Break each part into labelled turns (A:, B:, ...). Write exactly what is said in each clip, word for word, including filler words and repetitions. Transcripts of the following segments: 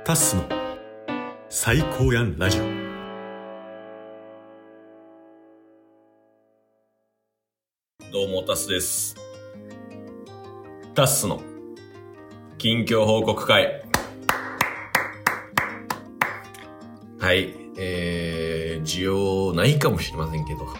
A: タッスの最高やんラジオ。どうもタッスです。タッスの近況報告会。はい、えー、需要ないかもしれませんけど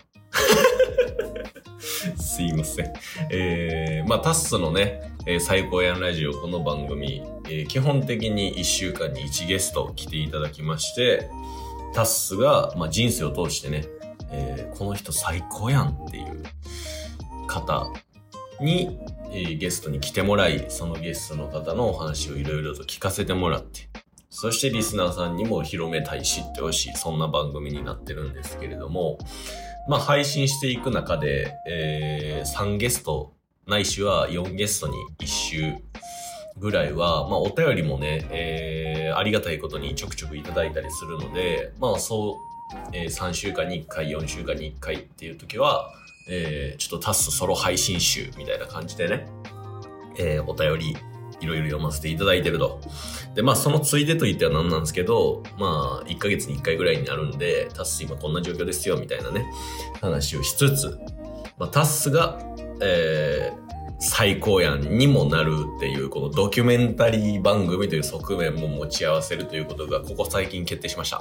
A: すいません。えー、まあタッスのね、えー、最高やんラジオ、この番組、えー、基本的にいっしゅうかんにいちゲスト来ていただきまして、タッスが、まあ、人生を通してね、えー、この人最高やんっていう方に、えー、ゲストに来てもらい、そのゲストの方のお話をいろいろと聞かせてもらって、そしてリスナーさんにも広めたい、知ってほしい、そんな番組になってるんですけれども、まあ配信していく中で、えー、さんゲストないしはよんゲストにいっ週ぐらいは、まあお便りもね、えー、ありがたいことにちょくちょくいただいたりするので、まあそう、えー、さんしゅうかんにいっかい、よんしゅうかんにいっかいっていう時は、えー、ちょっとタッスソロ配信集みたいな感じでね、えー、お便りいろいろ読ませていただいてると。で、まあそのついでと言ってはなんなんですけど、まあいっかげつにいっかいぐらいになるんで、タッス今こんな状況ですよみたいなね、話をしつつ、まあタッスが、えー、最高やんにもなるっていう、このドキュメンタリー番組という側面も持ち合わせるということが、ここ最近決定しました。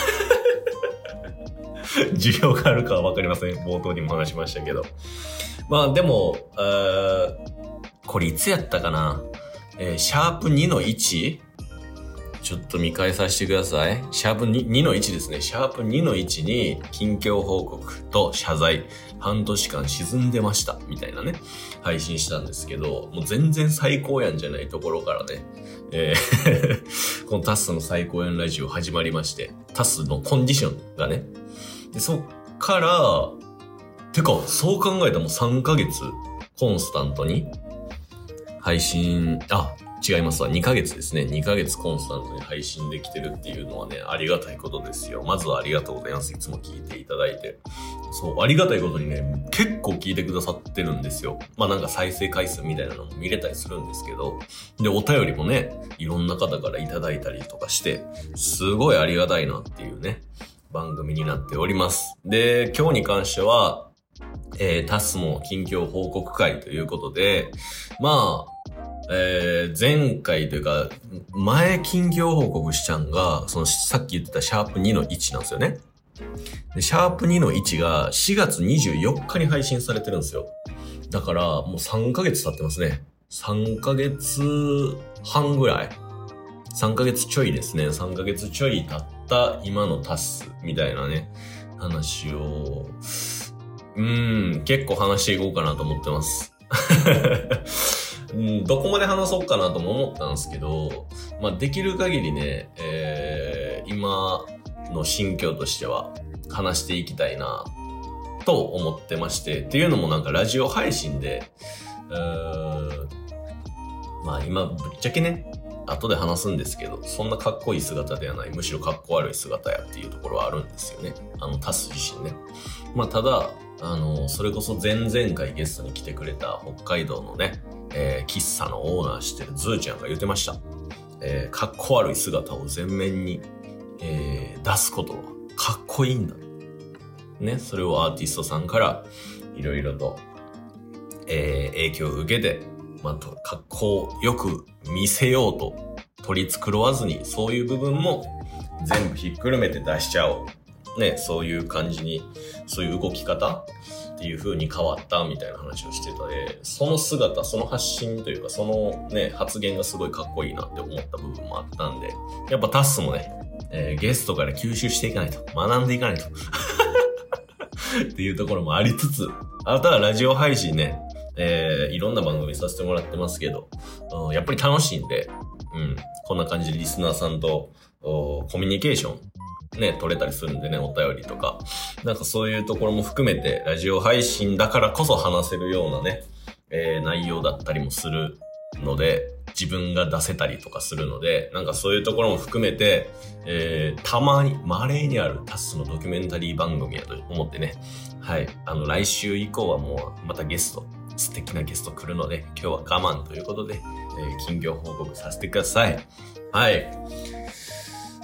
A: 需要があるかはわかりません。冒頭にも話しましたけど。まあでも、これいつやったかな、えー、シャープにのいち？ ちょっと見返させてください。シャープ にのいちですね。シャープにのいちに近況報告と謝罪、半年間沈んでましたみたいなね、配信したんですけど、もう全然最高やんじゃないところからね、えー、このタスの最高やんラジオ始まりまして、タスのコンディションがね、でそっからてかそう考えたらもうさんかげつコンスタントに配信、あ、違いますわ。にかげつですね。にかげつコンスタントに配信できてるっていうのはね、ありがたいことですよ。まずはありがとうございます。いつも聞いていただいて。そう、ありがたいことにね、結構聞いてくださってるんですよ。まあなんか再生回数みたいなのも見れたりするんですけど、で、お便りもね、いろんな方からいただいたりとかして、すごいありがたいなっていうね、番組になっております。で、今日に関しては、えー、タスも近況報告会ということで、まあ、えー、前回というか、前近況報告しちゃんが、そのさっき言ってたシャープにのいちなんですよね。で、シャープにのいちがしがつにじゅうよっかに配信されてるんですよ。だから、もうさんかげつ経ってますね。さんかげつはんぐらい。さんかげつちょいですね。さんかげつちょい経った今のタスみたいなね、話を、うーん、結構話していこうかなと思ってます。うん、どこまで話そうかなとも思ったんですけど、まあできる限りね、えー、今の心境としては話していきたいなと思ってまして、っていうのもなんかラジオ配信で、うーん、まあ今ぶっちゃけね、後で話すんですけど、そんなかっこいい姿ではない、むしろかっこ悪い姿やっていうところはあるんですよね。あのタス自身ね。まあただ、あの、それこそ前々回ゲストに来てくれた北海道のね、えー、喫茶のオーナーしてるズーちゃんが言ってました。えー、かっこ悪い姿を前面に、えー、出すことはかっこいいんだ。ね、それをアーティストさんからいろいろと、えー、影響を受けて、まあ、と、かっこよく見せようと取り繕わずに、そういう部分も全部ひっくるめて出しちゃおう。ね、そういう感じに、そういう動き方っていう風に変わったみたいな話をしてたで、その姿、その発信というか、そのね、発言がすごいかっこいいなって思った部分もあったんで、やっぱタッスもね、えー、ゲストから吸収していかないと、学んでいかないと。っていうところもありつつ、あとはラジオ配信ね、えー、いろんな番組させてもらってますけど、うん、やっぱり楽しいんで、うん、こんな感じでリスナーさんとコミュニケーションね、取れたりするんでね、お便りとか。なんかそういうところも含めて、ラジオ配信だからこそ話せるようなね、えー、内容だったりもするので、自分が出せたりとかするので、なんかそういうところも含めて、えー、たまに、稀にあるタスのドキュメンタリー番組やと思ってね、はい、あの、来週以降はもう、またゲスト、素敵なゲスト来るので、今日は我慢ということで、えー、近況報告させてください。はい。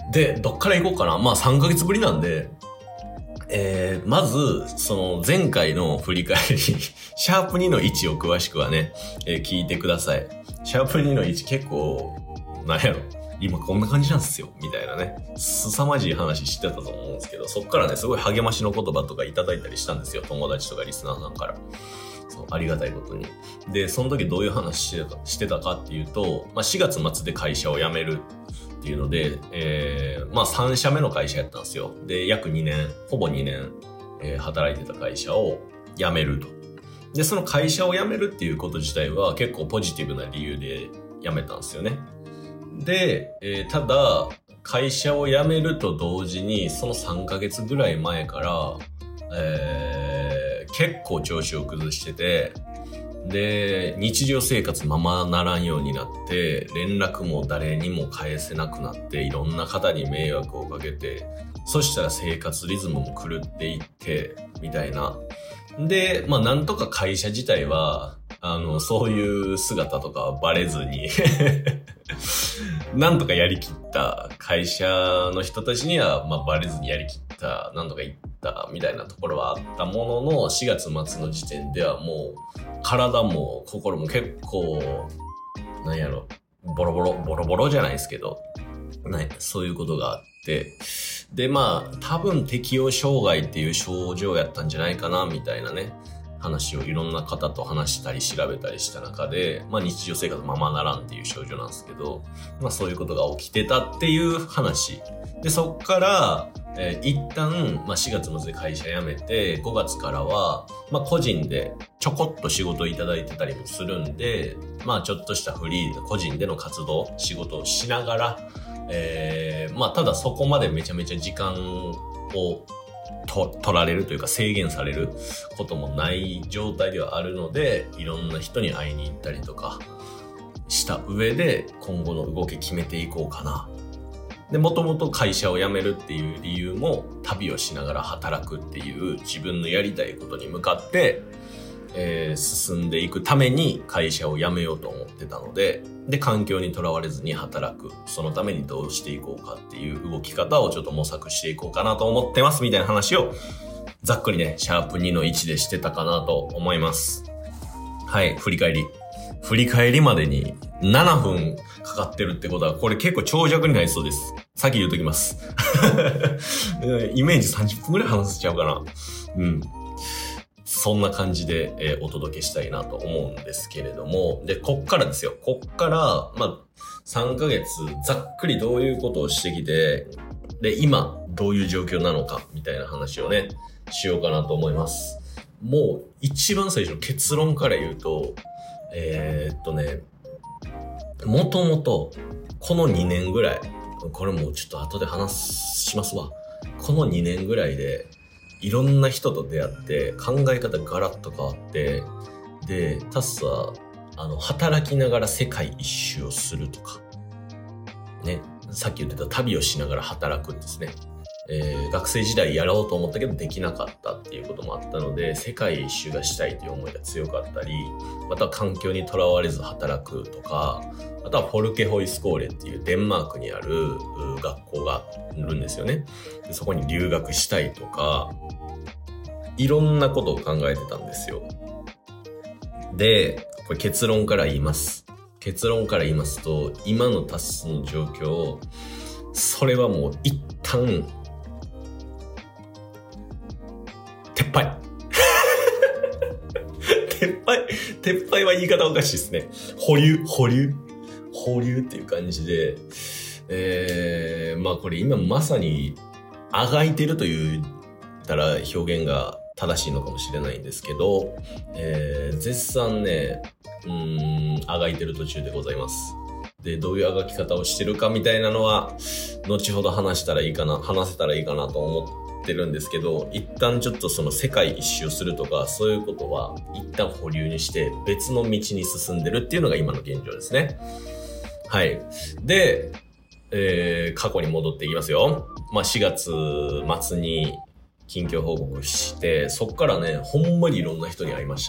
A: で、どっから行こうかな。まあさんかげつぶりなんで、えー、まず、その前回の振り返り、シャープにの位置を詳しくはね、えー、聞いてください。シャープにの位置結構、なんやろ、今こんな感じなんですよ、みたいなね、凄まじい話してたと思うんですけど、そっからね、すごい励ましの言葉とかいただいたりしたんですよ、友達とかリスナーさんから。そう、ありがたいことに。で、その時どういう話してたか、してたかっていうと、まあしがつ末で会社を辞めるっていうので、えー、まあさん社目の会社やったんですよ。で、約にねん、ほぼにねん、えー、働いてた会社を辞めると。で、その会社を辞めるっていうこと自体は結構ポジティブな理由で辞めたんですよね。で、えー、ただ、会社を辞めると同時に、そのさんかげつぐらい前から、えー、結構調子を崩してて、で、日常生活ままならんようになって、連絡も誰にも返せなくなって、いろんな方に迷惑をかけて、そしたら生活リズムも狂っていって、みたいな。で、まあなんとか会社自体は、あの、そういう姿とかはバレずに、なんとかやりきった会社の人たちには、まあバレずにやりきった、なんとか言ったみたいなところはあったものの、しがつ末の時点ではもう、体も心も結構、なんやろ、ボロボロ、ボロボロじゃないですけど、ね、そういうことがあって、で、まあ、多分適応障害っていう症状やったんじゃないかな、みたいなね、話をいろんな方と話したり調べたりした中で、まあ日常生活ままならんっていう症状なんですけど、まあそういうことが起きてたっていう話。で、そっから、えー、一旦、まあしがつ末で会社辞めて、ごがつからは、まあ個人でちょこっと仕事をいただいてたりもするんで、まあちょっとしたフリー、個人での活動、仕事をしながら、えー、まあただそこまでめちゃめちゃ時間をと取られるというか制限されることもない状態ではあるので、いろんな人に会いに行ったりとかした上で今後の動き決めていこうかな。で、もともと会社を辞めるっていう理由も旅をしながら働くっていう自分のやりたいことに向かって、えー、進んでいくために会社を辞めようと思ってたので、で、環境にとらわれずに働く。そのためにどうしていこうかっていう動き方をちょっと模索していこうかなと思ってますみたいな話をざっくりね、シャープにのいちでしてたかなと思います。はい、振り返り。振り返りまでにななふんかかってるってことは、これ結構長尺になりそうです。先言うときます。イメージさんじゅっぷんぐらい話せちゃうかな。うん。そんな感じで、えー、お届けしたいなと思うんですけれども、で、こっからですよ。こっから、まあ、さんかげつざっくりどういうことをしてきて、で、今どういう状況なのかみたいな話をね、しようかなと思います。もう一番最初の結論から言うと、えー、っとね、もともとこのにねんぐらい、これもうちょっと後で話しますわ。このにねんぐらいで、いろんな人と出会って考え方ガラッと変わって、で、タスは、あの、働きながら世界一周をするとか、ね、さっき言ってた旅をしながら働くんですね。えー、学生時代やろうと思ったけどできなかったっていうこともあったので、世界一周がしたいという思いが強かったり、または環境にとらわれず働くとか、あとはフォルケホイスコーレっていうデンマークにある学校があるんですよね。でそこに留学したいとか、いろんなことを考えてたんですよ。で、これ結論から言います。結論から言いますと、今のタスの状況、それはもう一旦、撤廃。撤廃、撤廃は言い方おかしいですね。保留、保留、保留っていう感じで、えー、まあこれ今まさにあがいてると言ったら表現が正しいのかもしれないんですけど、えー、絶賛ね、うーん、あがいてる途中でございます。で、どういうあがき方をしてるかみたいなのは、後ほど話したらいいかな、話せたらいいかなと思ってるんですけど、一旦ちょっとその世界一周するとか、そういうことは一旦保留にして別の道に進んでるっていうのが今の現状ですね。はい。で、えー、過去に戻っていきますよ。まあ、しがつ末に近況報告して、そっからね、ほんまにいろんな人に会いました。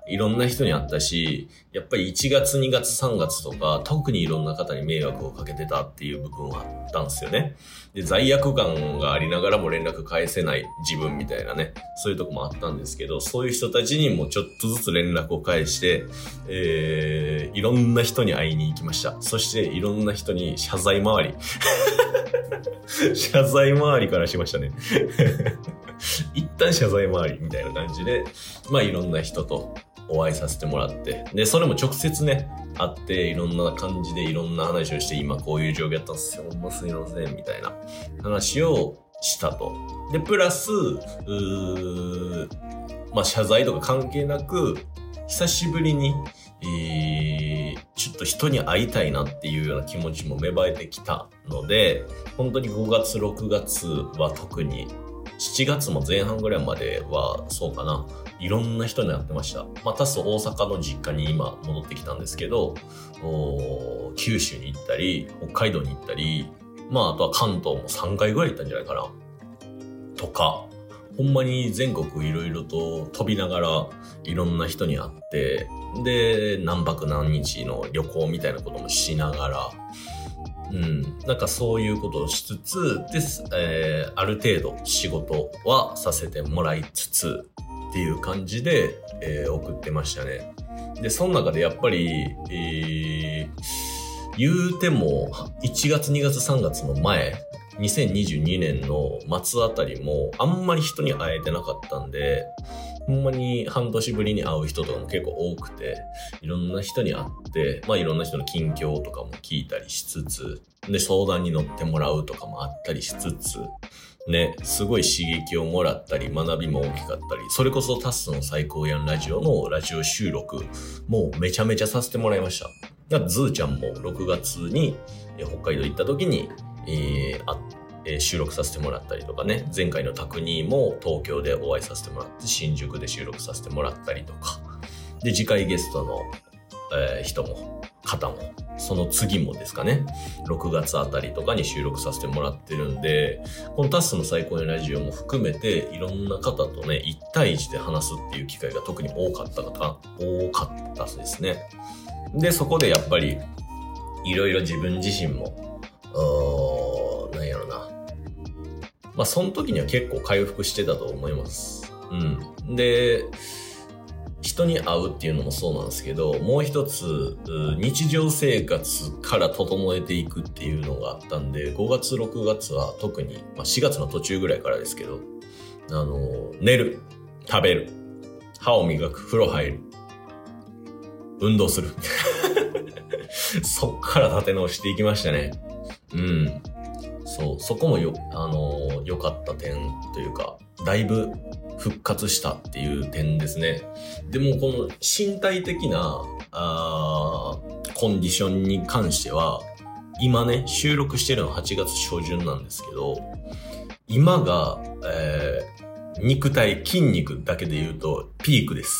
A: いろんな人に会ったし、やっぱりいちがつ、にがつ、さんがつとか、特にいろんな方に迷惑をかけてたっていう部分はあったんですよね。で、罪悪感がありながらも連絡返せない自分みたいなね、そういうとこもあったんですけど、そういう人たちにもちょっとずつ連絡を返して、えー、いろんな人に会いに行きました。そしていろんな人に謝罪回り。謝罪回りからしましたね。一旦謝罪回りみたいな感じで、まあいろんな人とお会いさせてもらって、で、それも直接ね、会って、いろんな感じでいろんな話をして、今こういう状況やったんですよ。ほんますいません、みたいな話をしたと。で、プラス、うーまあ謝罪とか関係なく、久しぶりに、えー、ちょっと人に会いたいなっていうような気持ちも芽生えてきたので、本当にごがつ、ろくがつは特に、しちがつも前半ぐらいまではそうかな、いろんな人に会ってました。まあ、たす大阪の実家に今戻ってきたんですけど、九州に行ったり、北海道に行ったり、まああとは関東もさんかいぐらい行ったんじゃないかな。とか、ほんまに全国いろいろと飛びながらいろんな人に会って、で、何泊何日の旅行みたいなこともしながら、うん、なんかそういうことをしつつ、で、えー、ある程度仕事はさせてもらいつつっていう感じで、えー、送ってましたね。で、その中でやっぱり、えー、言うてもいちがつ、にがつ、さんがつの前、にせんにじゅうにねんの末あたりもあんまり人に会えてなかったんで、ほんまに半年ぶりに会う人とかも結構多くて、いろんな人に会って、まあいろんな人の近況とかも聞いたりしつつ、で相談に乗ってもらうとかもあったりしつつ、ね、すごい刺激をもらったり、学びも大きかったり、それこそタッスの最高やんラジオのラジオ収録、もうめちゃめちゃさせてもらいました。だからズーちゃんもろくがつに北海道行った時に、えー、あえー、収録させてもらったりとかね、前回のタクニーも東京でお会いさせてもらって、新宿で収録させてもらったりとか、で、次回ゲストの、えー、人も、方も、その次もですかね、ろくがつあたりとかに収録させてもらってるんで、このタスの最高のラジオも含めて、いろんな方とね、いち対いちで話すっていう機会が特に多かった方、多かったですね。で、そこでやっぱり、いろいろ自分自身も、なんやろな。まあ、その時には結構回復してたと思います。うん。で、人に会うっていうのもそうなんですけど、もう一つ、日常生活から整えていくっていうのがあったんで、ごがつ、ろくがつは特に、まあ、しがつの途中ぐらいからですけど、あの、寝る、食べる、歯を磨く、風呂入る、運動する。そっから立て直していきましたね。うん。そう、そこもよ、あのー、良かった点というか、だいぶ復活したっていう点ですね。でもこの身体的な、あー、コンディションに関しては、今ね、収録してるのははちがつしょうじゅんなんですけど、今が、えー、肉体、筋肉だけで言うと、ピークです。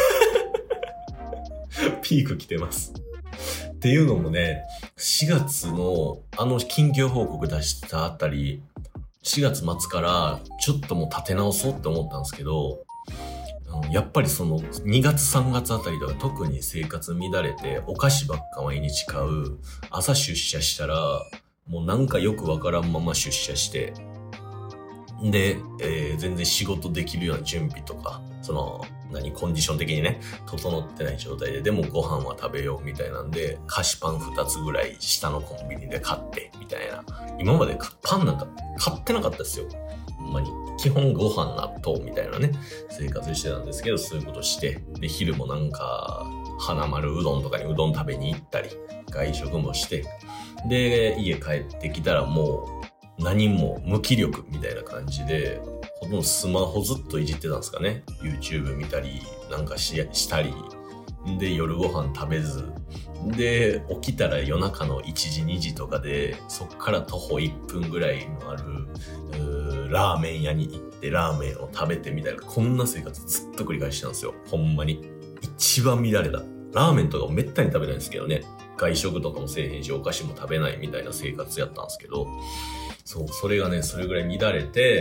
A: ピーク来てます。っていうのもね、しがつのあの近況報告出したあたり、しがつ末からちょっともう立て直そうって思ったんですけど、やっぱりそのにがつさんがつあたりとか特に生活乱れてお菓子ばっか毎日買う、朝出社したらもうなんかよくわからんまま出社して、で、えー、全然仕事できるような準備とか、その何コンディション的にね整ってない状態で、でもご飯は食べようみたいなんで菓子パンふたつぐらい下のコンビニで買ってみたいな。今までパンなんか買ってなかったですよ。ほんまに基本ご飯納豆みたいなね生活してたんですけど、そういうことして、で昼もなんか花丸うどんとかにうどん食べに行ったり外食もして、で家帰ってきたらもう何も無気力みたいな感じで、ほとんどスマホずっといじってたんですかね。YouTube 見たりなんか し, したりで、夜ご飯食べずで、起きたら夜中のいちじにじとかで、そっから徒歩いっぷんぐらいのあるラーメン屋に行ってラーメンを食べてみたいな、こんな生活ずっと繰り返してたんですよ。ほんまに一番乱れた。ラーメンとかもめったに食べないんですけどね、外食とかもせえへんしお菓子も食べないみたいな生活やったんですけど、そう、それがね、それぐらい乱れて、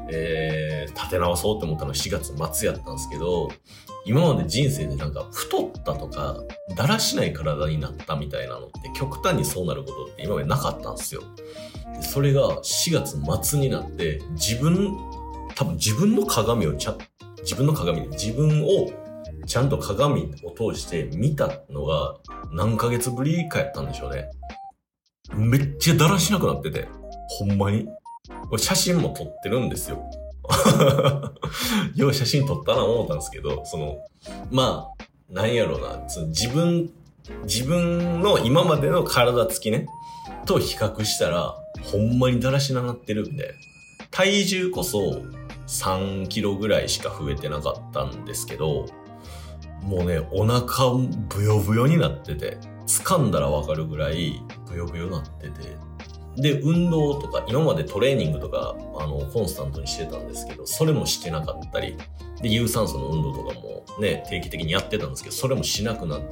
A: えー、立て直そうって思ったのはしがつ末やったんですけど、今まで人生でなんか太ったとか、だらしない体になったみたいなのって極端にそうなることって今までなかったんですよ。でそれがしがつ末になって自分、多分自分の鏡をちゃ、自分の鏡で自分をちゃんと鏡を通して見たのが何ヶ月ぶりかやったんでしょうね。めっちゃだらしなくなってて、ほんまに。これ写真も撮ってるんですよ。よう写真撮ったな思ったんですけど、その、まあ、なんやろうな、その自分、自分の今までの体つきね、と比較したら、ほんまにだらしななってるみたいな。体重こそさんキロぐらいしか増えてなかったんですけど、もうね、お腹ブヨブヨになってて、掴んだらわかるぐらいブヨブヨになってて、で、運動とか、今までトレーニングとか、あの、コンスタントにしてたんですけど、それもしてなかったり、で、有酸素の運動とかもね、定期的にやってたんですけど、それもしなくなって、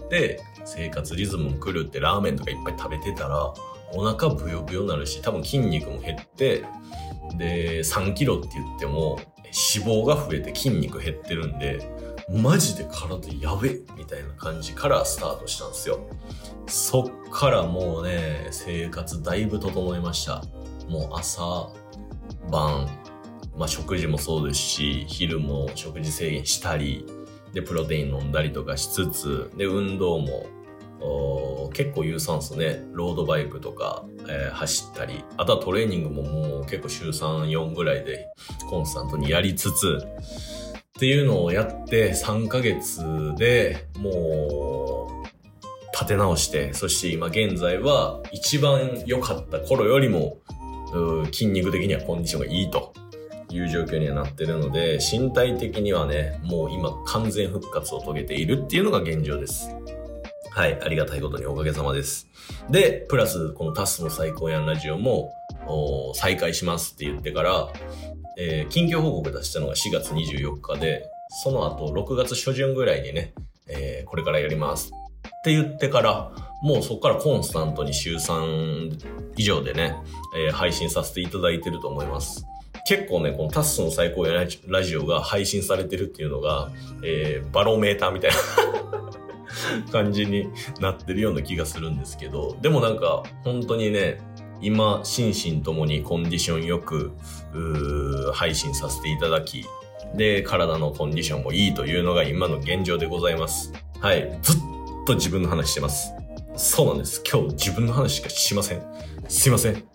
A: 生活リズムも狂ってラーメンとかいっぱい食べてたら、お腹ブヨブヨになるし、多分筋肉も減って、で、さんキロって言っても、脂肪が増えて筋肉減ってるんで、マジで体やべみたいな感じからスタートしたんですよ。そっからもうね、生活だいぶ整いました。もう朝、晩、まあ食事もそうですし、昼も食事制限したり、で、プロテイン飲んだりとかしつつ、で、運動も、結構有酸素ね、ロードバイクとか、えー、走ったり、あとはトレーニングももう結構週さん、よんぐらいでコンスタントにやりつつ、っていうのをやってさんかげつでもう立て直して、そして今現在は一番良かった頃よりも筋肉的にはコンディションがいいという状況にはなってるので、身体的にはね、もう今完全復活を遂げているっていうのが現状です。はい、ありがたいことにおかげさまです。で、プラスこのタスの最高やんラジオも再開しますって言ってから、えー、近況報告出したのがしがつにじゅうよっかで、その後ろくがつしょじゅんぐらいにね、えー、これからやりますって言ってから、もうそこからコンスタントに週さん以上でね、えー、配信させていただいてると思います。結構ね、このタッスの最高やラジオが配信されてるっていうのが、えー、バロメーターみたいな感じになってるような気がするんですけど、でもなんか本当にね、今、心身ともにコンディションよく配信させていただき、で、体のコンディションもいいというのが今の現状でございます。はい。ずっと自分の話してます。そうなんです。今日自分の話しかしません。すいません。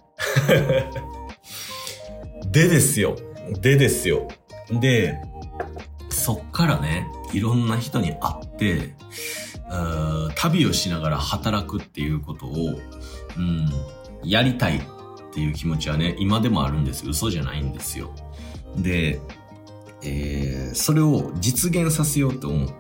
A: でですよ。でですよ。で、そっからね、いろんな人に会って、旅をしながら働くっていうことを、うん、やりたいっていう気持ちはね、今でもあるんです。嘘じゃないんですよ。で、えー、それを実現させようと思って、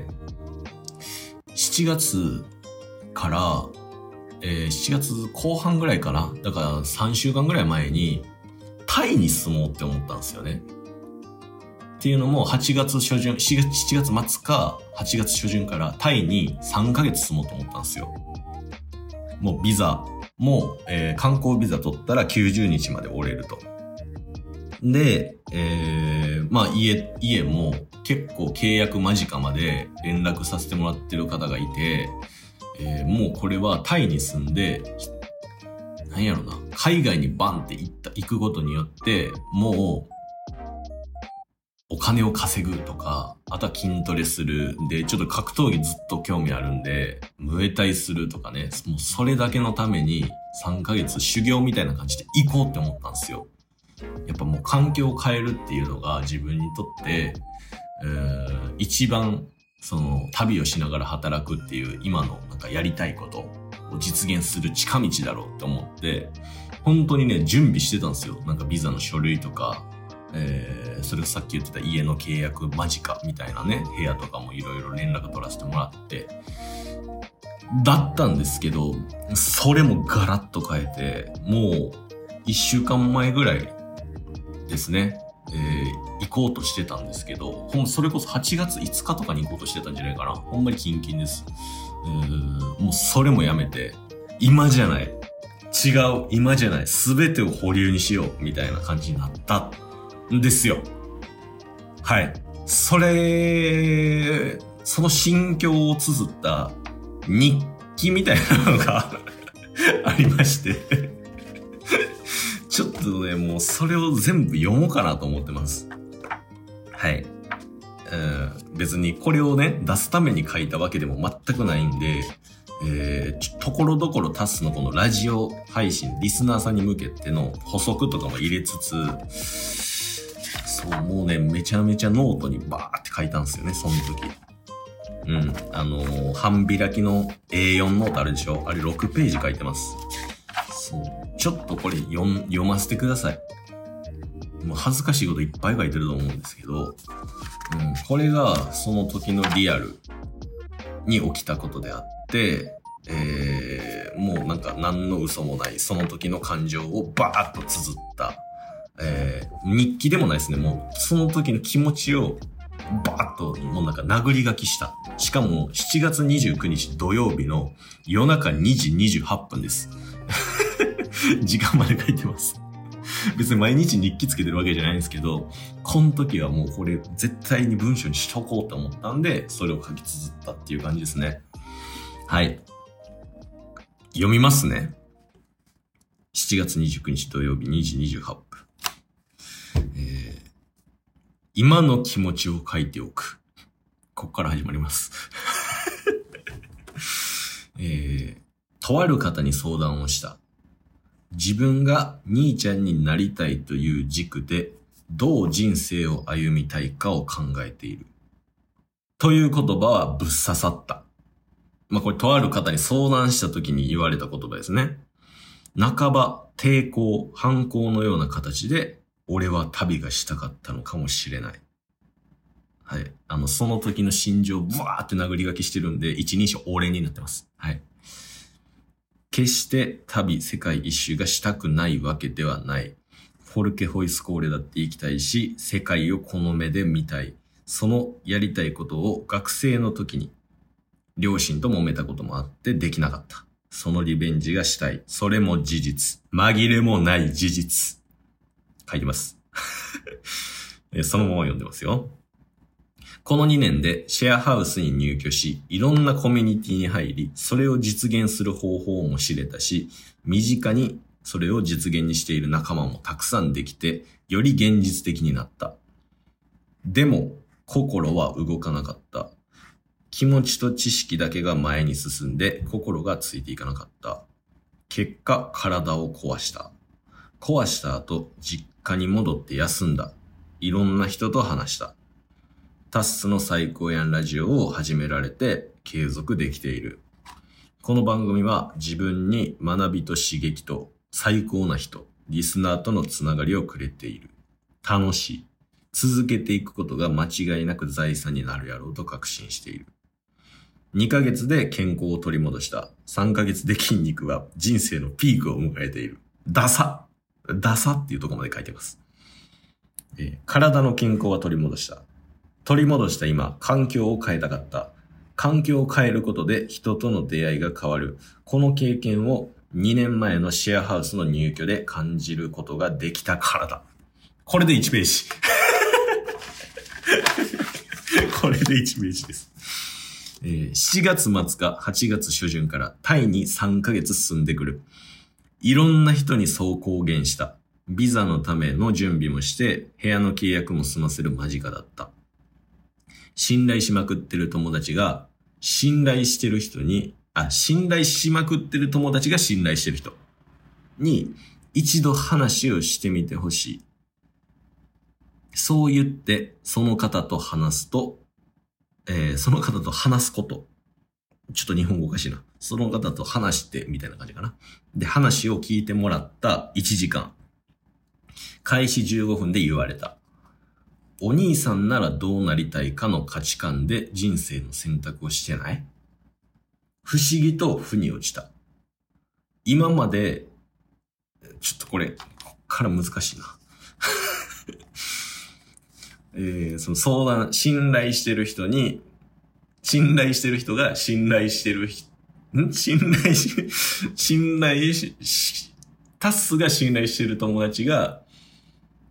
A: しちがつから、えー、しちがつこう半ぐらいかな。だからさんしゅうかんぐらい前に、タイに住もうって思ったんですよね。っていうのも、はちがつしょじゅん、しちがつ末か、はちがつしょじゅんからタイにさんかげつ住もうと思ったんですよ。もうビザ、もう、えー、観光ビザ取ったらきゅうじゅうにちまでおれると。で、えー、まあ家、家も結構契約間近まで連絡させてもらってる方がいて、えー、もうこれはタイに住んで、なんやろな、海外にバンって行った、行くことによって、もう、お金を稼ぐとか、あとは筋トレする。で、ちょっと格闘技ずっと興味あるんで、ムエタイするとかね、もうそれだけのためにさんかげつ修行みたいな感じで行こうって思ったんですよ。やっぱもう環境を変えるっていうのが自分にとって、えー、一番その旅をしながら働くっていう今のなんかやりたいことを実現する近道だろうって思って、本当にね、準備してたんですよ。なんかビザの書類とか、えー、それさっき言ってた家の契約間近みたいなね、部屋とかもいろいろ連絡取らせてもらって、だったんですけど、それもガラッと変えて、もう一週間前ぐらいですね、えー、行こうとしてたんですけど、ほんそれこそはちがついつかとかに行こうとしてたんじゃないかな。ほんまにキンキンです。えー、もうそれもやめて、今じゃない。違う、今じゃない。すべてを保留にしよう。みたいな感じになった。 ですよ。はい。それ、その心境を綴った日記みたいなのがありましてちょっとね、もうそれを全部読もうかなと思ってます。はい。うん、別にこれをね、出すために書いたわけでも全くないんで、えー、ところどころタスのこのラジオ配信、リスナーさんに向けての補足とかも入れつつ、そう、もうね、めちゃめちゃノートにバーって書いたんですよね、その時。うん。あのー、半開きの エーよん ノートあるでしょ？あれろくページ書いてます。そう。ちょっとこれ読ん、読ませてください。もう恥ずかしいこといっぱい書いてると思うんですけど、うん、これがその時のリアルに起きたことであって、えー、もうなんか何の嘘もないその時の感情をバーッと綴った、えー、日記でもないですね。もうその時の気持ちをバーッともうなんか殴り書きした。しかもしちがつにじゅうくにち土曜日の夜中にじにじゅうはっぷんです。時間まで書いてます。別に毎日日記つけてるわけじゃないんですけど、この時はもうこれ絶対に文章にしとこうと思ったんで、それを書き綴ったっていう感じですね。はい。読みますね。しちがつにじゅうくにち土曜日にじにじゅうはっぷん。えー、今の気持ちを書いておく。ここから始まります。えー、とある方に相談をした。自分が兄ちゃんになりたいという軸でどう人生を歩みたいかを考えている。という言葉はぶっ刺さった。まあ、これとある方に相談した時に言われた言葉ですね。半ば抵抗、反抗のような形で俺は旅がしたかったのかもしれない。はい。あの、その時の心情をブワーって殴り書きしてるんで、一人称俺になってます。はい。決して旅、世界一周がしたくないわけではない。フォルケホイスコーレだって行きたいし、世界をこの目で見たい。そのやりたいことを学生の時に、両親と揉めたこともあってできなかった。そのリベンジがしたい。それも事実。紛れもない事実。書いてます。そのまま読んでますよ。このにねんでシェアハウスに入居し、いろんなコミュニティに入り、それを実現する方法も知れたし、身近にそれを実現にしている仲間もたくさんできて、より現実的になった。でも、心は動かなかった。気持ちと知識だけが前に進んで、心がついていかなかった。結果、体を壊した。壊した後、実家に戻って休んだ。いろんな人と話した。タッスの最高やんラジオを始められて継続できている。この番組は自分に学びと刺激と最高な人、リスナーとのつながりをくれている。楽しい。続けていくことが間違いなく財産になるやろうと確信している。にかげつで健康を取り戻した。さんかげつで筋肉は人生のピークを迎えている。ダサダサっていうところまで書いてます。えー、体の健康は取り戻した。取り戻した今、環境を変えたかった。環境を変えることで人との出会いが変わる。この経験をにねんまえのシェアハウスの入居で感じることができたからだ。これでいちページ。これでいちページです。えー、しちがつ末かはちがつ初旬からタイにさんかげつ住んでくる。いろんな人にそう公言した。ビザのための準備もして部屋の契約も済ませる間近だった。信頼しまくってる友達が、信頼してる人に、あ、信頼しまくってる友達が信頼してる人に、一度話をしてみてほしい。そう言って、その方と話すと、えー、その方と話すこと。ちょっと日本語おかしいな。その方と話して、みたいな感じかな。で、話を聞いてもらったいちじかん。開始じゅうごふんで言われた。お兄さんならどうなりたいかの価値観で人生の選択をしてない？不思議と負に落ちた。今まで、ちょっとこれ、こっから難しいな。えー、その相談、信頼してる人に、信頼してる人が信頼してる人、ん信頼し、信頼し、しタスが信頼してる友達が、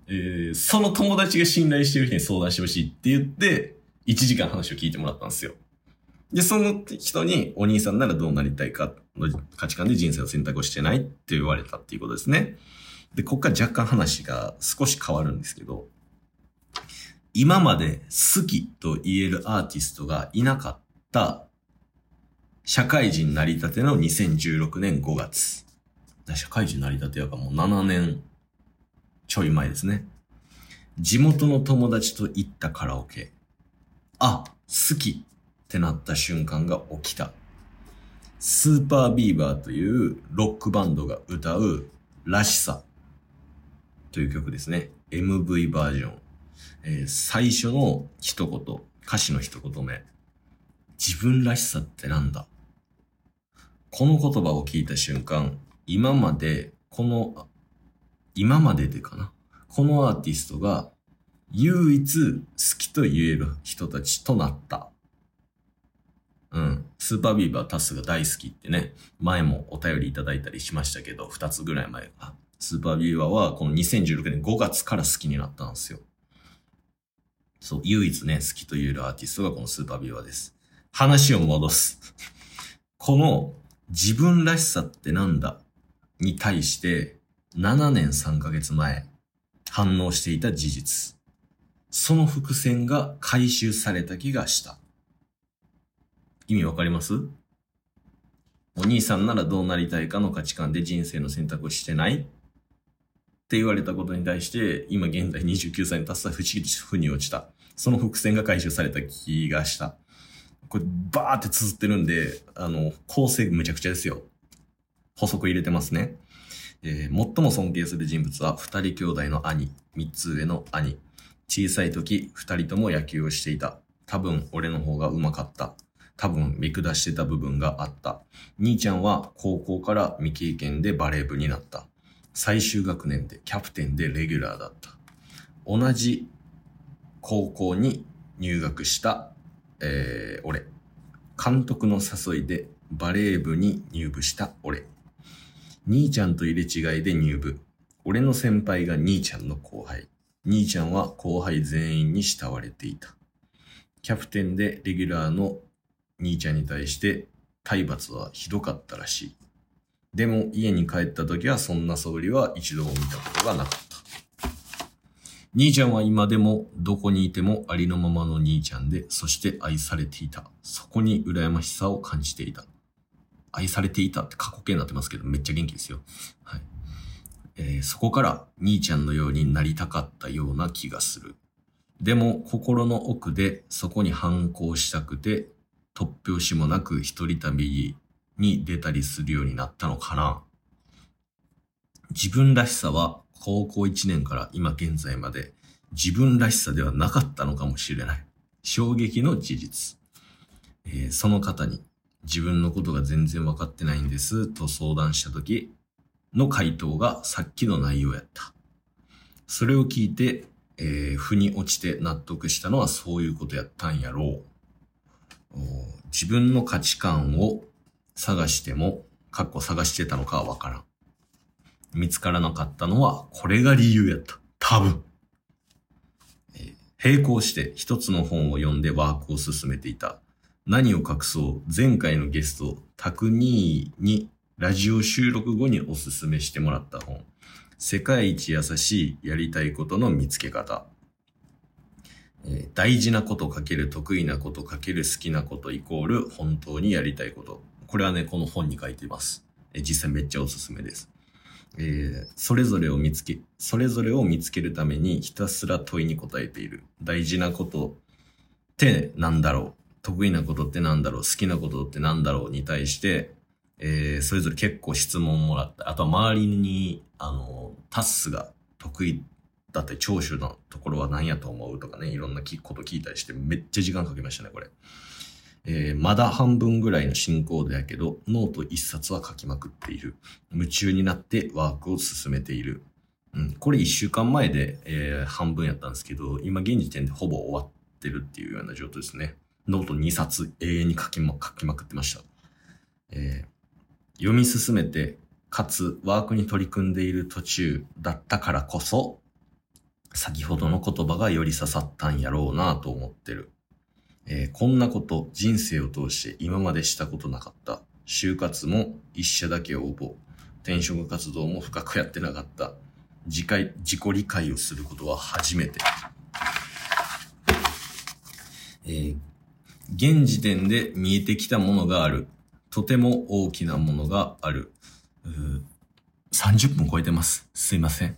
A: えー、その友達が信頼してる人に相談してほしいって言って、いちじかん話を聞いてもらったんですよ。で、その人にお兄さんならどうなりたいかの価値観で人生を選択をしてないって言われたっていうことですね。で、ここから若干話が少し変わるんですけど、今まで好きと言えるアーティストがいなかった社会人なりたてのにせんじゅうろくねんごがつ。社会人なりたてやからもうななねんちょい前ですね。地元の友達と行ったカラオケ。あ、好きってなった瞬間が起きた。スーパービーバーというロックバンドが歌うらしさという曲ですね。エムブイ バージョン。えー、最初の一言、歌詞の一言目。自分らしさってなんだ？この言葉を聞いた瞬間、今まで、この、今まででかな。このアーティストが唯一好きと言える人たちとなった。うん。スーパービーバータスが大好きってね、前もお便りいただいたりしましたけど、二つぐらい前か。スーパービーバーはこのにせんじゅうろくねんごがつから好きになったんですよ。そう、唯一ね、好きと言えるアーティストがこのスーパービーバーです。話を戻す。この自分らしさってなんだに対してななねんさんかげつまえ反応していた事実。その伏線が回収された気がした。意味わかります？お兄さんならどうなりたいかの価値観で人生の選択をしてないって言われたことに対して、今現在にじゅうきゅうさいに達した不思議腑に落ちた。その伏線が回収された気がした。これバーって綴ってるんで、あの、構成むちゃくちゃですよ。補足入れてますね。えー、最も尊敬する人物は二人兄弟の兄、三つ上の兄。小さい時、二人とも野球をしていた。多分俺の方が上手かった。多分見下してた部分があった。兄ちゃんは高校から未経験でバレー部になった。最終学年でキャプテンでレギュラーだった。同じ高校に入学した、えー、俺。監督の誘いでバレー部に入部した俺。兄ちゃんと入れ違いで入部。俺の先輩が兄ちゃんの後輩。兄ちゃんは後輩全員に慕われていた。キャプテンでレギュラーの兄ちゃんに対して体罰はひどかったらしい。でも家に帰った時はそんな素振りは一度も見たことがなかった。兄ちゃんは今でもどこにいてもありのままの兄ちゃんで、そして愛されていた。そこに羨ましさを感じていた。愛されていたって過去形になってますけど、めっちゃ元気ですよ。はい。えー、そこから兄ちゃんのようになりたかったような気がする。でも心の奥でそこに反抗したくて、突拍子もなく一人旅に出たりするようになったのかな。自分らしさは高校いちねんから今現在まで自分らしさではなかったのかもしれない。衝撃の事実。えー、その方に自分のことが全然分かってないんですと相談した時の回答がさっきの内容やった。それを聞いて、えー、腑に落ちて納得したのはそういうことやったんやろう。自分の価値観を探しても、かっこ探してたのかはわからん。見つからなかったのはこれが理由やった。多分。えー、並行して一つの本を読んでワークを進めていた。何を隠そう、前回のゲスト、タクニーにラジオ収録後におすすめしてもらった本。世界一優しいやりたいことの見つけ方。えー、大事なことかける得意なことかける好きなことイコール本当にやりたいこと。これはね、この本に書いています。えー、実際めっちゃおすすめです。えー、それぞれを見つけ、それぞれを見つけるためにひたすら問いに答えている。大事なことってなんだろう、得意なことってなんだろう、好きなことってなんだろうに対して、えー、それぞれ結構質問もらった。あとは周りに、あの、タッスが得意だって長所のところは何やと思うとかね、いろんなこと聞いたりしてめっちゃ時間かけましたね、これ。えー、まだ半分ぐらいの進行度やけど、ノート一冊は書きまくっている。夢中になってワークを進めている。うん、これ一週間前で、えー、半分やったんですけど、今現時点でほぼ終わってるっていうような状態ですね。ノートにさつ永遠に書きま、書きまくってました。えー、読み進めて、かつワークに取り組んでいる途中だったからこそ、 先ほどの言葉がより刺さったんやろうなと思ってる。えーこんなこと人生を通して今までしたことなかった。就活も一社だけ応募。転職活動も深くやってなかった。自戒自己理解をすることは初めて。えー現時点で見えてきたものがある。とても大きなものがある。うーさんじゅっぷん超えてます。すいません。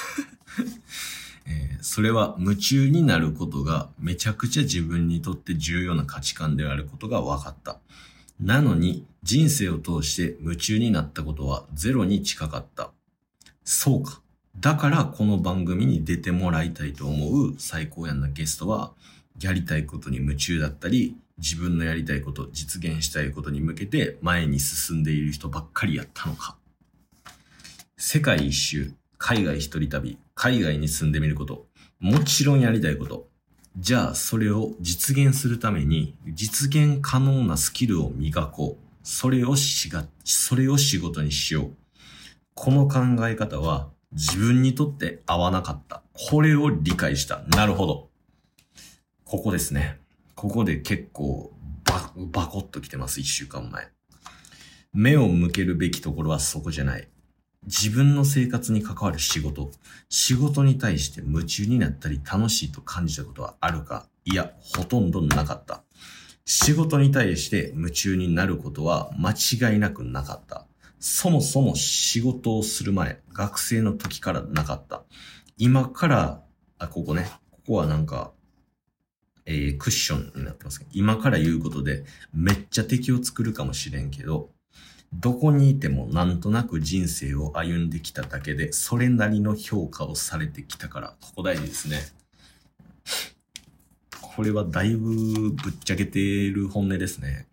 A: えーそれは夢中になることがめちゃくちゃ自分にとって重要な価値観であることが分かった。なのに人生を通して夢中になったことはゼロに近かった。そうか。だからこの番組に出てもらいたいと思う最高やんなゲストは、やりたいことに夢中だったり、自分のやりたいこと、実現したいことに向けて前に進んでいる人ばっかりやったのか。世界一周、海外一人旅、海外に住んでみること、もちろんやりたいこと。じゃあそれを実現するために実現可能なスキルを磨こう。それをしが、それを仕事にしよう。この考え方は自分にとって合わなかった。これを理解した。なるほど。ここですね。ここで結構バ、バコッと来てます。一週間前。目を向けるべきところはそこじゃない。自分の生活に関わる仕事。仕事に対して夢中になったり楽しいと感じたことはあるか？いや、ほとんどなかった。仕事に対して夢中になることは間違いなくなかった。そもそも仕事をする前、学生の時からなかった。今から、あ、ここね。ここはなんか、えー、クッションになってますけど、今から言うことでめっちゃ敵を作るかもしれんけど、どこにいてもなんとなく人生を歩んできただけで、それなりの評価をされてきたから、ここ大事ですね。これはだいぶぶっちゃけてる本音ですね。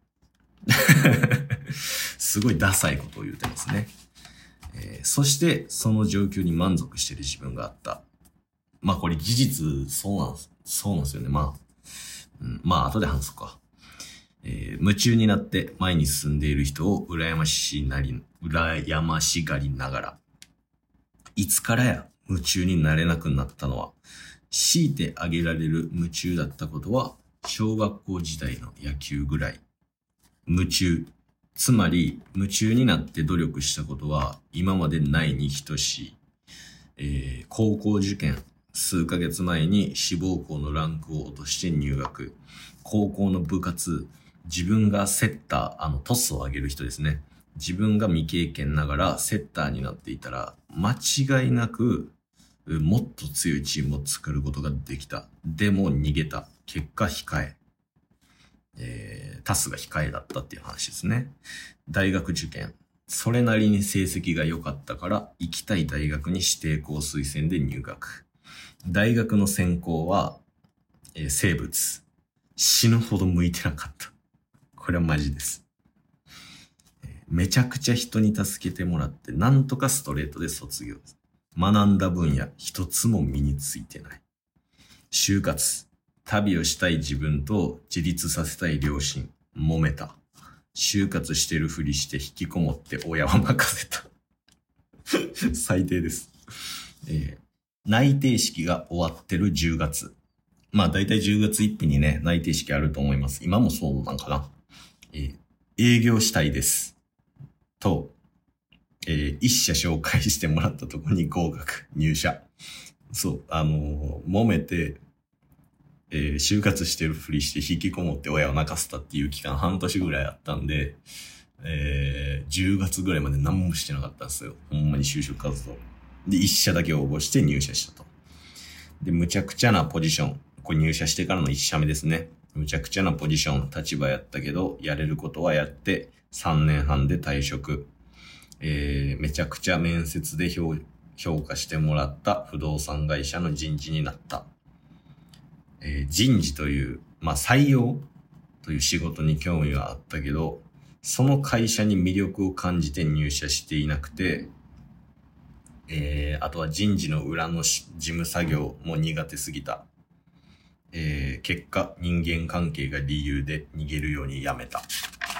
A: すごいダサいことを言うてますね。えー、そしてその状況に満足している自分があった。まあこれ事実そうなんです。そうなんですよね。まあ、うん、まあ後で話そうか。えー、夢中になって前に進んでいる人を羨ましなり、羨ましがりながら、いつからや夢中になれなくなったのは、強いて挙げられる夢中だったことは、小学校時代の野球ぐらい。夢中。つまり、夢中になって努力したことは、今までないに等しい。えー、高校受験。数ヶ月前に志望校のランクを落として入学。高校の部活。自分がセッター、あのトスを上げる人ですね。自分が未経験ながらセッターになっていたら、間違いなくもっと強いチームを作ることができた。でも逃げた。結果控え。えー、タスが控えだったっていう話ですね。大学受験。それなりに成績が良かったから行きたい大学に指定校推薦で入学。大学の専攻は、えー、生物。死ぬほど向いてなかった。これはマジです。めちゃくちゃ人に助けてもらってなんとかストレートで卒業。学んだ分野一つも身についてない。就活。旅をしたい自分と自立させたい両親。揉めた。就活してるふりして引きこもって親は任せた。最低です、えー。内定式が終わってるじゅうがつ。まあだいたいじゅうがつついたちにね、内定式あると思います。今もそうなんかな。えー、営業したいです。と、えー、一社紹介してもらったところに合格、入社。そう、あのー、揉めて、えー、就活してるふりして引きこもって親を泣かせたっていう期間半年ぐらいあったんで、えー、じゅうがつぐらいまで何もしてなかったんですよ。ほんまに就職活動。で、一社だけ応募して入社したと。で、むちゃくちゃなポジション。これ入社してからの一社目ですね。むちゃくちゃなポジション、立場やったけど、やれることはやって、さんねんはんで退職。えー、めちゃくちゃ面接で評、評価してもらった不動産会社の人事になった。えー、人事という、まあ採用という仕事に興味はあったけど、その会社に魅力を感じて入社していなくて、えー、あとは人事の裏の事務作業も苦手すぎた。えー、結果、人間関係が理由で逃げるようにやめた。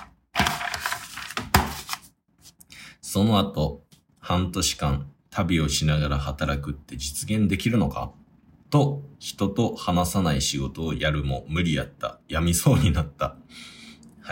A: その後、半年間旅をしながら働くって実現できるのか？ と人と話さない仕事をやるも無理やった。病みそうになった。はい。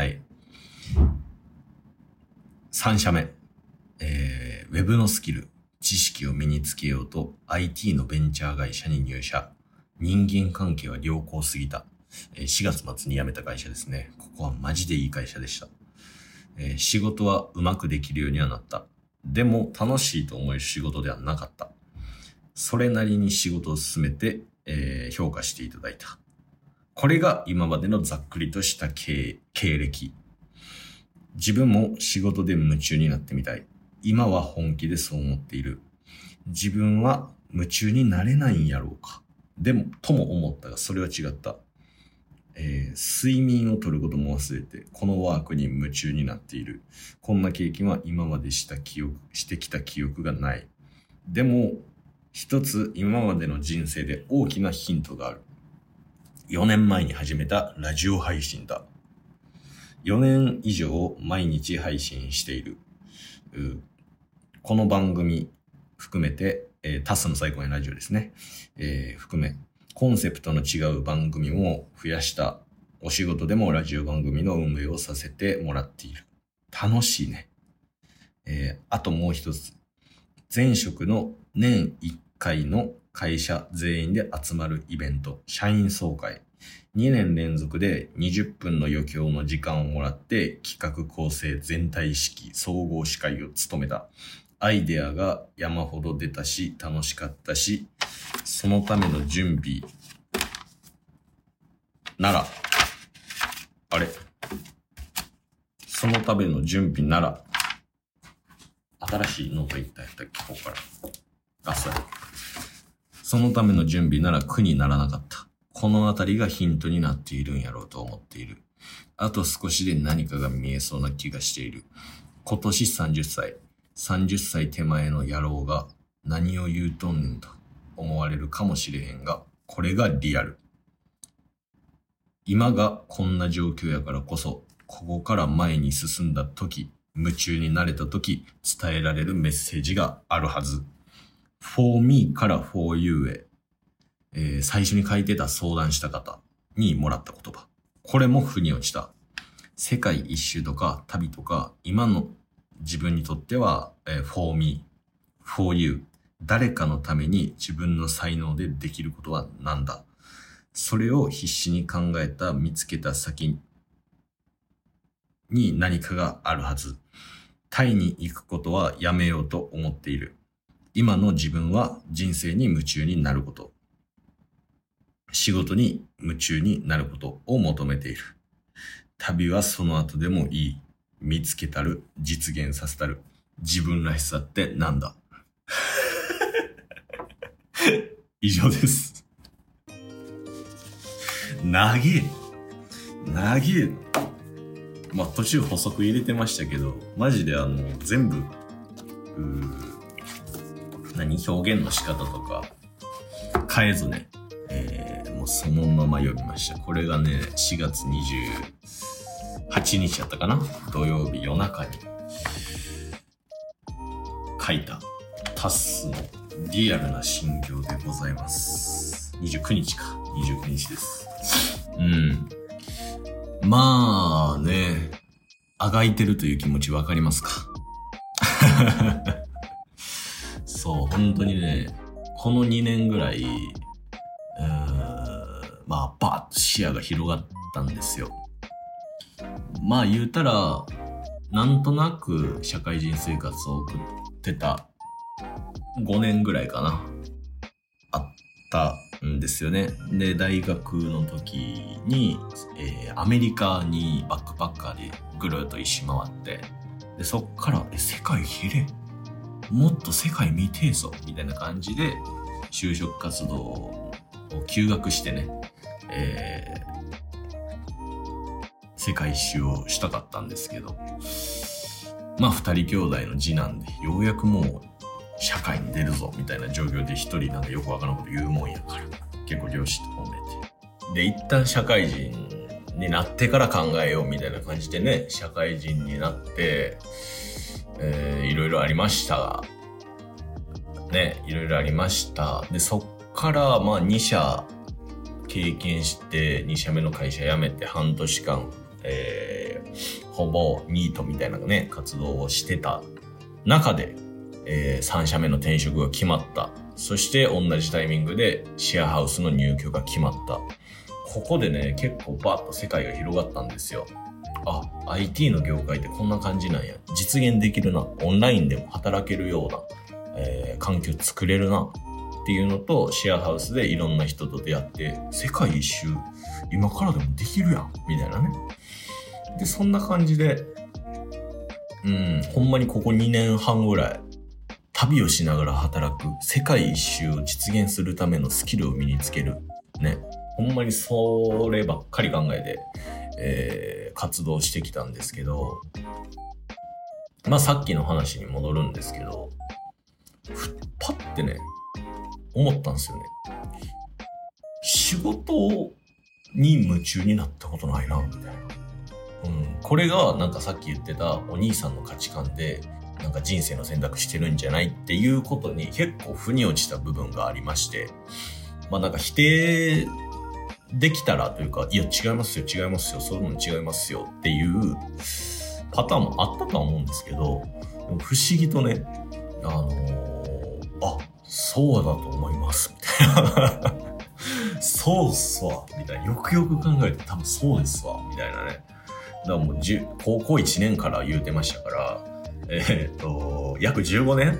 A: さん社目。えー、ウェブのスキル、知識を身につけようと アイティー のベンチャー会社に入社。人間関係は良好すぎた。えー、しがつ末に辞めた会社ですね。ここはマジでいい会社でした。えー、仕事はうまくできるようにはなった。でも楽しいと思える仕事ではなかった。それなりに仕事を進めて、えー、評価していただいた。これが今までのざっくりとした経、経歴。自分も仕事で夢中になってみたい。今は本気でそう思っている。自分は夢中になれないんやろうか。でも、とも思ったが、それは違った。えー、睡眠をとることも忘れて、このワークに夢中になっている。こんな経験は今までした記憶、してきた記憶がない。でも、一つ今までの人生で大きなヒントがある。よねんまえに始めたラジオ配信だ。よねん以上毎日配信している。この番組含めて、えー、タスの最高のラジオですね。えー、含め、コンセプトの違う番組も増やしたお仕事でもラジオ番組の運営をさせてもらっている。楽しいね。えー、あともう一つ。前職の年いっかいの会社全員で集まるイベント、社員総会。にねん連続でにじゅっぷんの余興の時間をもらって企画構成全体指揮総合司会を務めた。アイデアが山ほど出たし楽しかったし、そのための準備なら、あれそのための準備なら、新しいノート言ったやったっけここから。あ、そうや。そのための準備なら苦にならなかった。このあたりがヒントになっているんやろうと思っている。あと少しで何かが見えそうな気がしている。今年さんじゅっさい。さんじゅっさい手前の野郎が何を言うとんねんと思われるかもしれへんが、これがリアル。今がこんな状況やからこそ、ここから前に進んだ時、夢中になれた時、伝えられるメッセージがあるはず。for me から for you へ。えー、最初に書いてた相談した方にもらった言葉。これも腑に落ちた。世界一周とか旅とか、今の自分にとっては、えー、for me, for you。誰かのために自分の才能でできることは何だ。それを必死に考えた見つけた先に何かがあるはず。タイに行くことはやめようと思っている。今の自分は人生に夢中になること。仕事に夢中になることを求めている。旅はその後でもいい。見つけたる、実現させたる。自分らしさってなんだ以上です。長え。長え。まあ途中補足入れてましたけど、マジであの、全部、うー何表現の仕方とか変えずね、えー、もうそのまま読みました。これがね、しがつにじゅうはちにちやったかな、土曜日夜中に書いたタスのリアルな心境でございます。にじゅうくにちか。にじゅうくにちです。うん。まあね、あがいてるという気持ちわかりますかそう、本当にね、このにねんぐらい、うーん、まあ、バーッと視野が広がったんですよ。まあ言うたら、なんとなく社会人生活を送ってたごねんぐらいかな。あったんですよね。で、大学の時に、えー、アメリカにバックパッカーでぐるっと一周回って、で、そっから、え、世界広い。もっと世界見てえぞみたいな感じで就職活動を休学してね、えー、世界一周をしたかったんですけど、まあ二人兄弟の次男でようやくもう社会に出るぞみたいな状況で一人なんかよくわからんこと言うもんやから、結構両親と揉めて、で一旦社会人になってから考えようみたいな感じでね、社会人になってえー、いろいろありましたが、ね、いろいろありました。で、そっからまあに社経験してに社目の会社辞めて半年間、えー、ほぼニートみたいなね活動をしてた中で、えー、さん社目の転職が決まった。そして同じタイミングでシェアハウスの入居が決まった。ここでね結構バッと世界が広がったんですよ。あ、アイティー の業界ってこんな感じなんや。実現できるな。オンラインでも働けるような、えー、環境作れるなっていうのと、シェアハウスでいろんな人と出会って、世界一周今からでもできるやんみたいなね。で、そんな感じで、うん、ほんまにここにねんはんぐらい、旅をしながら働く、世界一周を実現するためのスキルを身につける。ね。ほんまにそればっかり考えて、えー、活動してきたんですけど、まあさっきの話に戻るんですけど、パッてね、思ったんですよね。仕事に夢中になったことないな、みたいな。うん、これがなんかさっき言ってたお兄さんの価値観で、なんか人生の選択してるんじゃないっていうことに結構腑に落ちた部分がありまして、まあなんか否定できたらというか、いや違いますよ違いますよそういうの違いますよっていうパターンもあったとは思うんですけど、でも不思議とね、あのー、あ、そうだと思いますみたいなそうっすわみたいな、よくよく考えて多分そうですわみたいなね。だからもう高校いちねんから言うてましたから、えー、っと約じゅうごねん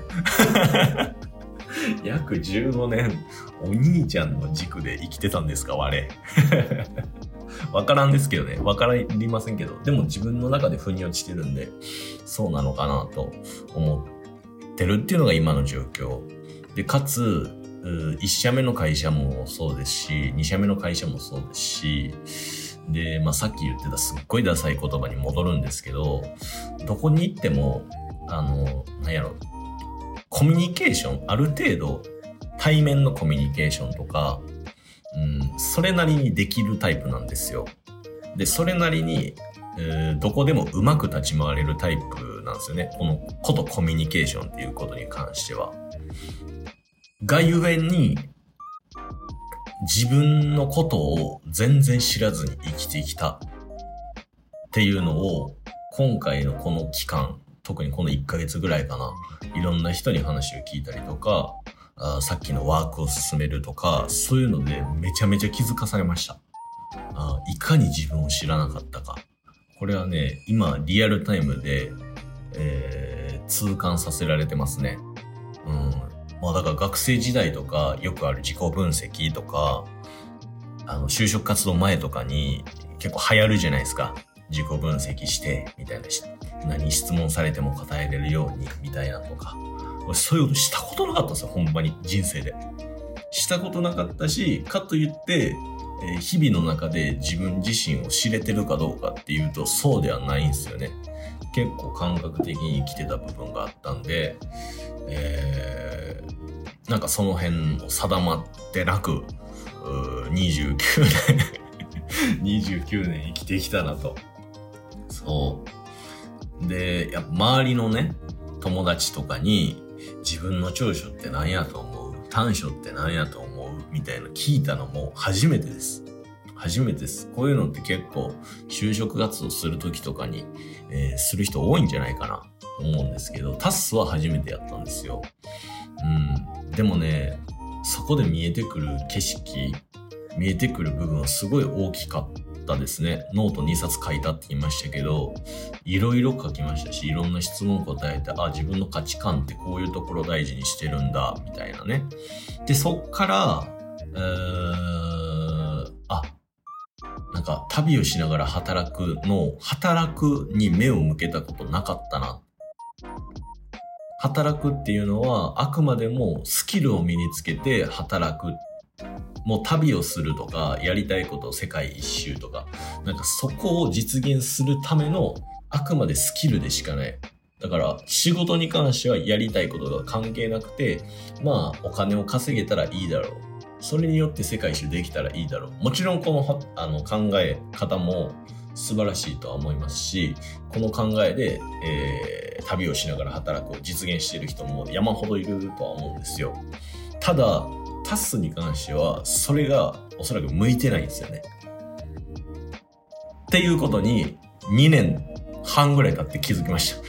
A: 約じゅうごねんお兄ちゃんの軸で生きてたんですか我わからんですけどね、わかりませんけど、でも自分の中で腑に落ちてるんで、そうなのかなと思ってるっていうのが今の状況で、かついち社目の会社もそうですし、に社目の会社もそうですし、で、まあ、さっき言ってたすっごいダサい言葉に戻るんですけど、どこに行ってもあのなんやろ、コミュニケーション、ある程度対面のコミュニケーションとか、うん、それなりにできるタイプなんですよ。で、それなりに、えー、どこでもうまく立ち回れるタイプなんですよね。このことコミュニケーションっていうことに関しては。がゆえに、自分のことを全然知らずに生きてきたっていうのを、今回のこの期間、特にこのいっかげつぐらいかな、いろんな人に話を聞いたりとか、あさっきのワークを進めるとか、そういうのでめちゃめちゃ気づかされました。あいかに自分を知らなかったか。これはね、今リアルタイムで、えー、痛感させられてますね。うん。まあだから学生時代とかよくある自己分析とか、あの就職活動前とかに結構流行るじゃないですか。自己分析してみたいな、何質問されても答えれるようにみたいなとか。そういうことしたことなかったんですよ、ほんまに人生で。したことなかったし、かといって、えー、日々の中で自分自身を知れてるかどうかっていうと、そうではないんですよね。結構感覚的に生きてた部分があったんで、えー、なんかその辺を定まってなく、にじゅうきゅうねん、にじゅうきゅうねん生きてきたなと。そう。で、やっぱ周りのね、友達とかに、自分の長所って何やと思う？短所って何やと思う？みたいな聞いたのも初めてです。初めてです。こういうのって結構就職活動するときとかに、えー、する人多いんじゃないかなと思うんですけど、タスは初めてやったんですよ。うん。でもね、そこで見えてくる景色、見えてくる部分はすごい大きかったですね。ノートにさつ書いたって言いましたけど、いろいろ書きましたし、いろんな質問答えて、あ、自分の価値観ってこういうところ大事にしてるんだ、みたいなね。で、そっから、えー、あ、なんか旅をしながら働くの、働くに目を向けたことなかったな。働くっていうのは、あくまでもスキルを身につけて働く。もう旅をするとか、やりたいことを世界一周とか、なんかそこを実現するためのあくまでスキルでしかない。だから仕事に関してはやりたいことが関係なくて、まあお金を稼げたらいいだろう。それによって世界一周できたらいいだろう。もちろんこのあの考え方も素晴らしいとは思いますし、この考えで、えー、旅をしながら働くを実現している人も山ほどいるとは思うんですよ。ただタスに関してはそれがおそらく向いてないんですよね。っていうことににねんはんぐらい経って気づきました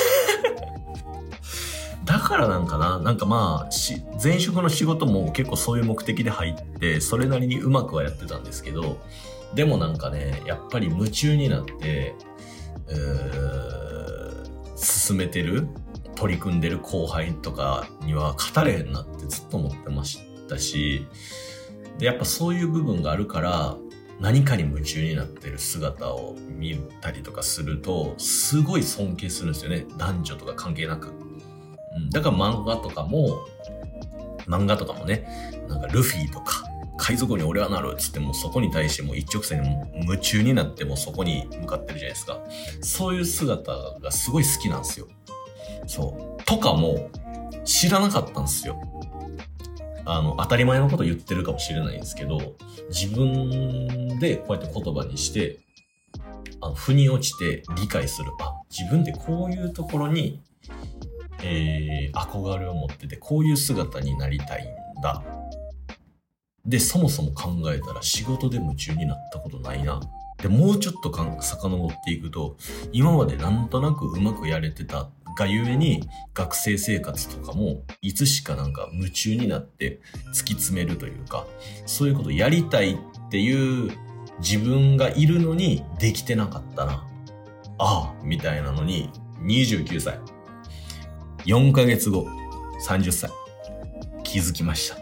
A: だからなんかな、なんかまあし前職の仕事も結構そういう目的で入ってそれなりにうまくはやってたんですけど、でもなんかね、やっぱり夢中になってうー進めてる取り組んでる後輩とかには語れへんなってずっと思ってましたし、でやっぱそういう部分があるから何かに夢中になってる姿を見たりとかするとすごい尊敬するんですよね。男女とか関係なく、うん、だから漫画とかも漫画とかもね、なんかルフィとか海賊王に俺はなるっつってもそこに対しても一直線に夢中になってもそこに向かってるじゃないですか。そういう姿がすごい好きなんですよ。そうとかも知らなかったんですよ。あの当たり前のこと言ってるかもしれないんですけど、自分でこうやって言葉にしてあの腑に落ちて理解する。あ、自分でこういうところに、えー、憧れを持っててこういう姿になりたいんだ。でそもそも考えたら仕事で夢中になったことないな。でもうちょっとかん遡っていくと、今までなんとなくうまくやれてたがゆえに学生生活とかもいつしかなんか夢中になって突き詰めるというか、そういうことやりたいっていう自分がいるのにできてなかったなああみたいなのににじゅうきゅうさいよんかげつごさんじゅっさい気づきました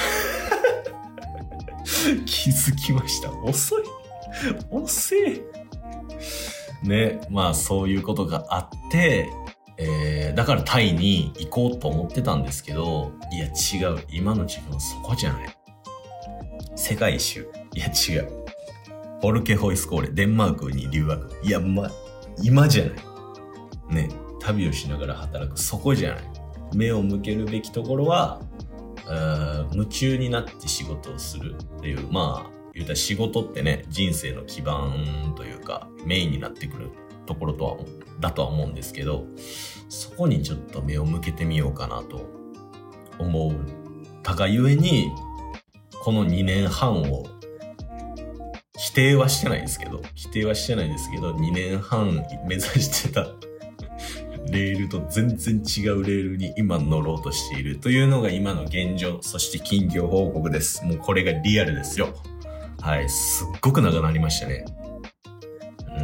A: 気づきました。遅い遅いね。まあそういうことがあってえー、だからタイに行こうと思ってたんですけど、いや違う、今の自分はそこじゃない。世界一周、いや違う、ポルケホイスコーレ、デンマークに留学、いやま今じゃないね。旅をしながら働く、そこじゃない。目を向けるべきところは夢中になって仕事をするっていう、まあ言うたら仕事ってね、人生の基盤というかメインになってくるところとはだとは思うんですけど、そこにちょっと目を向けてみようかなと思うたがゆえに、このにねんはんを否定はしてないですけど否定はしてないですけどにねんはん目指してたレールと全然違うレールに今乗ろうとしているというのが今の現状、そして近況報告です。もうこれがリアルですよ。はい、すっごく長くなりましたね。うん。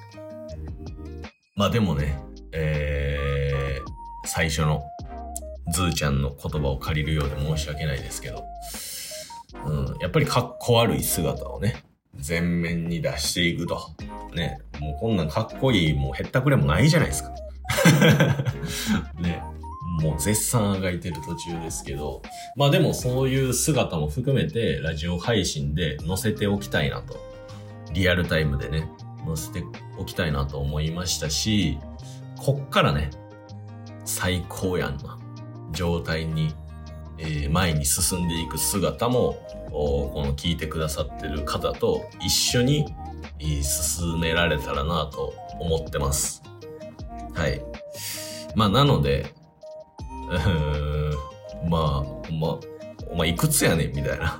A: まあでもね、えー、最初のズーちゃんの言葉を借りるようで申し訳ないですけど、うん、やっぱりかっこ悪い姿をね、前面に出していくと。ね、もうこんなんかっこいい、もうへったくれもないじゃないですか。ね、もう絶賛あがいてる途中ですけど、まあでもそういう姿も含めてラジオ配信で載せておきたいなと。リアルタイムでね、載せておきたいなと思いましたし、こっからね、最高やんな状態に、えー、前に進んでいく姿も、この聞いてくださってる方と一緒に、えー、進められたらなと思ってます。はい。まあなので、うーんまあ、ま、お前いくつやねんみたいな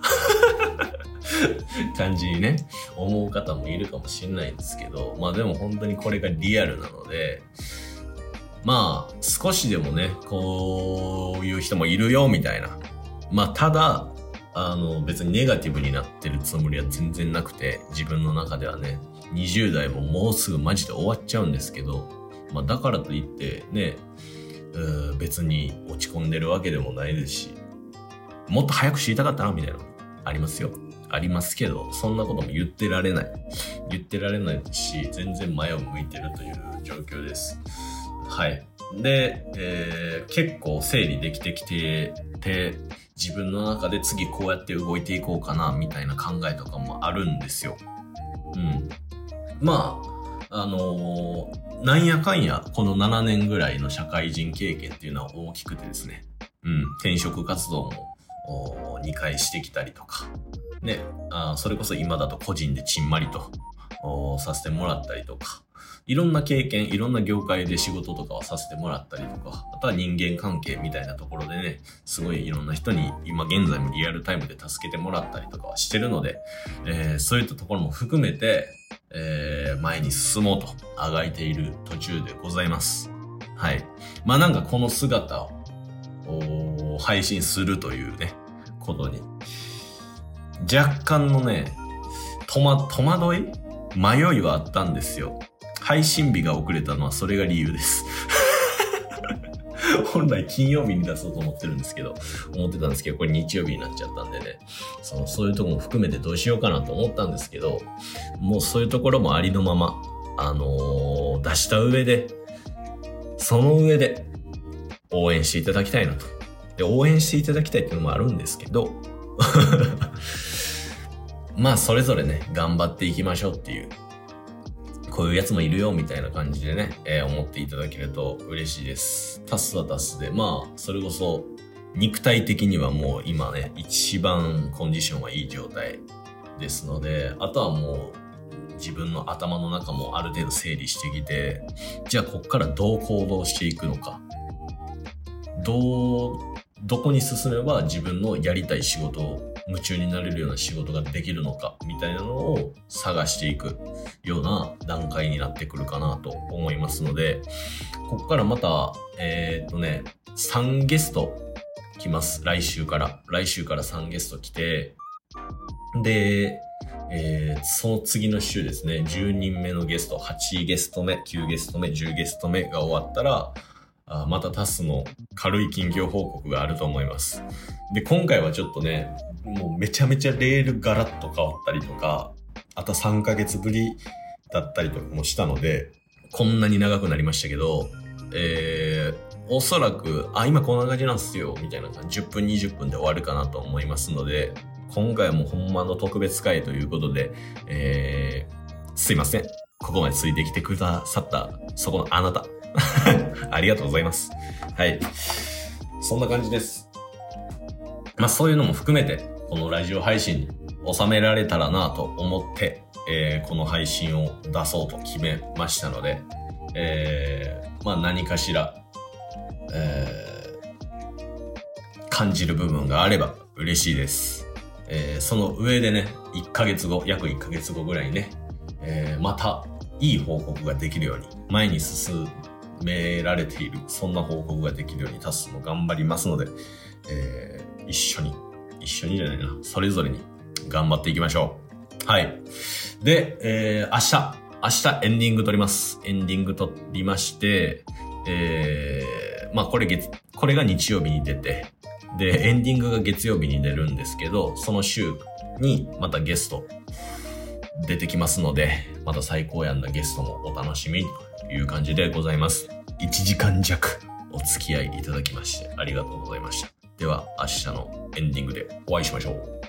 A: 感じにね、思う方もいるかもしれないんですけど、まあでも本当にこれがリアルなので、まあ少しでもね、こういう人もいるよみたいな。まあただ、あの別にネガティブになってるつもりは全然なくて、自分の中ではね、にじゅう代ももうすぐマジで終わっちゃうんですけど、まあだからといってね、う別に落ち込んでるわけでもないですし、もっと早く知りたかったなみたいなのありますよ。ありますけど、そんなことも言ってられない。言ってられないし、全然前を向いてるという状況です。はい。で、えー、結構整理できてきてて、自分の中で次こうやって動いていこうかなみたいな考えとかもあるんですよ。うん。まあ、あのー、なんやかんやこのななねんぐらいの社会人経験っていうのは大きくてですね。うん。転職活動もにかいしてきたりとか。ね。あ、それこそ今だと個人でちんまりとさせてもらったりとか、いろんな経験、いろんな業界で仕事とかをさせてもらったりとか、あとは人間関係みたいなところでね、すごいいろんな人に今現在もリアルタイムで助けてもらったりとかはしてるので、えー、そういったところも含めて、えー、前に進もうとあがいている途中でございます。はい。まあなんかこの姿を配信するというね、ことに、若干のね、とま、戸惑い迷いはあったんですよ。配信日が遅れたのはそれが理由です。本来金曜日に出そうと思ってるんですけど、思ってたんですけど、これ日曜日になっちゃったんでね、その、そういうところも含めてどうしようかなと思ったんですけど、もうそういうところもありのまま、あのー、出した上で、その上で応援していただきたいなと。で、応援していただきたいっていうのもあるんですけど、まあそれぞれね、頑張っていきましょうっていう、こういうやつもいるよみたいな感じでね、えー、思っていただけると嬉しいです。タスはタスで、まあそれこそ肉体的にはもう今ね、一番コンディションはいい状態ですので、あとはもう自分の頭の中もある程度整理してきて、じゃあこっからどう行動していくのか、どうどこに進めば自分のやりたい仕事を夢中になれるような仕事ができるのかみたいなのを探していくような段階になってくるかなと思いますので、ここからまたえー、っとねさんゲスト来ます。来週から来週からさんゲスト来て、で、えー、その次の週ですね、じゅうにんめのゲスト、はちゲスト目、きゅうゲスト目、じゅうゲスト目が終わったら、あまたタスの軽い近況報告があると思います。で、今回はちょっとね、もうめちゃめちゃレールガラッと変わったりとか、あとさんかげつぶりだったりとかもしたので、こんなに長くなりましたけど、えー、おそらく、あ、今こんな感じなんすよ、みたいな感じ、じゅっぷんにじゅっぷんで終わるかなと思いますので、今回はもうほんまの特別回ということで、えー、すいません。ここまでついてきてくださった、そこのあなた。ありがとうございます。はい。そんな感じです。まあそういうのも含めて、このラジオ配信に収められたらなと思って、えー、この配信を出そうと決めましたので、えー、まあ何かしら、えー、感じる部分があれば嬉しいです。えー、その上でね、いっかげつご、約いっかげつごぐらいにね、えー、またいい報告ができるように、前に進められている、そんな報告ができるようにタスも頑張りますので、えー、一緒に、一緒にじゃないな、それぞれに頑張っていきましょう。はい。で、えー、明日、明日エンディング撮ります。エンディング撮りまして、えー、まあこれ月、これが日曜日に出て、で、エンディングが月曜日に出るんですけど、その週にまたゲスト出てきますので、また最高やんなゲストもお楽しみという感じでございます。いちじかん弱お付き合いいただきましてありがとうございました。では明日のエンディングでお会いしましょう。